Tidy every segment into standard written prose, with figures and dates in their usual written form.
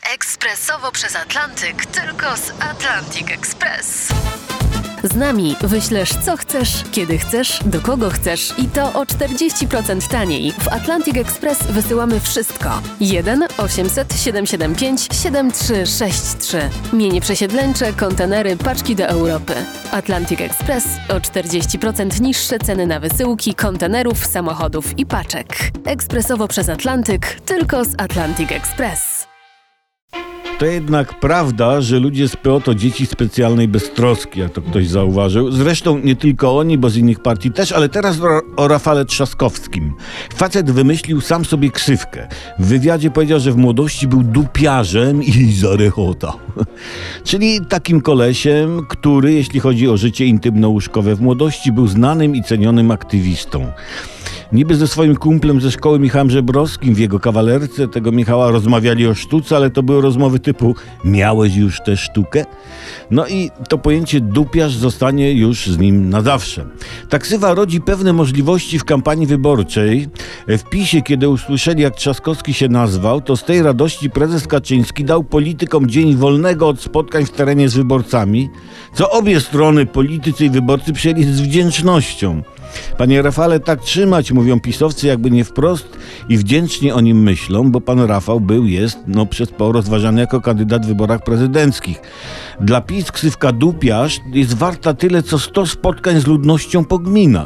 Ekspresowo przez Atlantyk, tylko z Atlantic Express. Z nami wyślesz co chcesz, kiedy chcesz, do kogo chcesz i to o 40% taniej. W Atlantic Express wysyłamy wszystko. 1 800 775 7363. Mienie przesiedleńcze, kontenery, paczki do Europy. Atlantic Express o 40% niższe ceny na wysyłki, kontenerów, samochodów i paczek. Ekspresowo przez Atlantyk, tylko z Atlantic Express. To jednak prawda, że ludzie z PO to dzieci specjalnej beztroski, jak to ktoś zauważył. Zresztą nie tylko oni, bo z innych partii też, ale teraz o Rafale Trzaskowskim. Facet wymyślił sam sobie ksywkę. W wywiadzie powiedział, że w młodości był dupiarzem i zarechota. Czyli takim kolesiem, który, jeśli chodzi o życie intymno-łóżkowe w młodości, był znanym i cenionym aktywistą. Niby ze swoim kumplem ze szkoły Michałem Żebrowskim w jego kawalerce tego Michała rozmawiali o sztuce, ale to były rozmowy typu: miałeś już tę sztukę? No i to pojęcie dupiarz zostanie już z nim na zawsze. Ta ksywa rodzi pewne możliwości w kampanii wyborczej. W PiS-ie, kiedy usłyszeli, jak Trzaskowski się nazwał, to z tej radości prezes Kaczyński dał politykom dzień wolnego od spotkań w terenie z wyborcami, co obie strony, politycy i wyborcy, przyjęli z wdzięcznością. Panie Rafale, tak trzymać, mówią pisowcy jakby nie wprost i wdzięcznie o nim myślą, bo pan Rafał jest przez PO rozważany jako kandydat w wyborach prezydenckich. Dla PiS ksywka dupiarz jest warta tyle, co 100 spotkań z ludnością po gminach.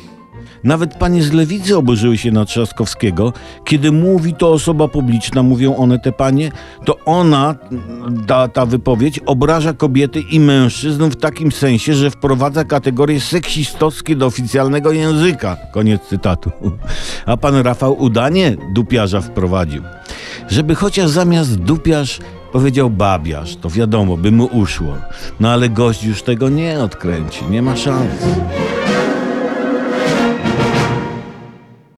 Nawet panie z lewicy oburzyły się na Trzaskowskiego. Kiedy mówi to osoba publiczna, mówią one, te panie, to ona, ta wypowiedź, obraża kobiety i mężczyzn w takim sensie, że wprowadza kategorie seksistowskie do oficjalnego języka. Koniec cytatu. A pan Rafał udanie dupiarza wprowadził. Żeby chociaż zamiast dupiarz powiedział babiarz, to wiadomo, by mu uszło. No ale gość już tego nie odkręci, nie ma szans.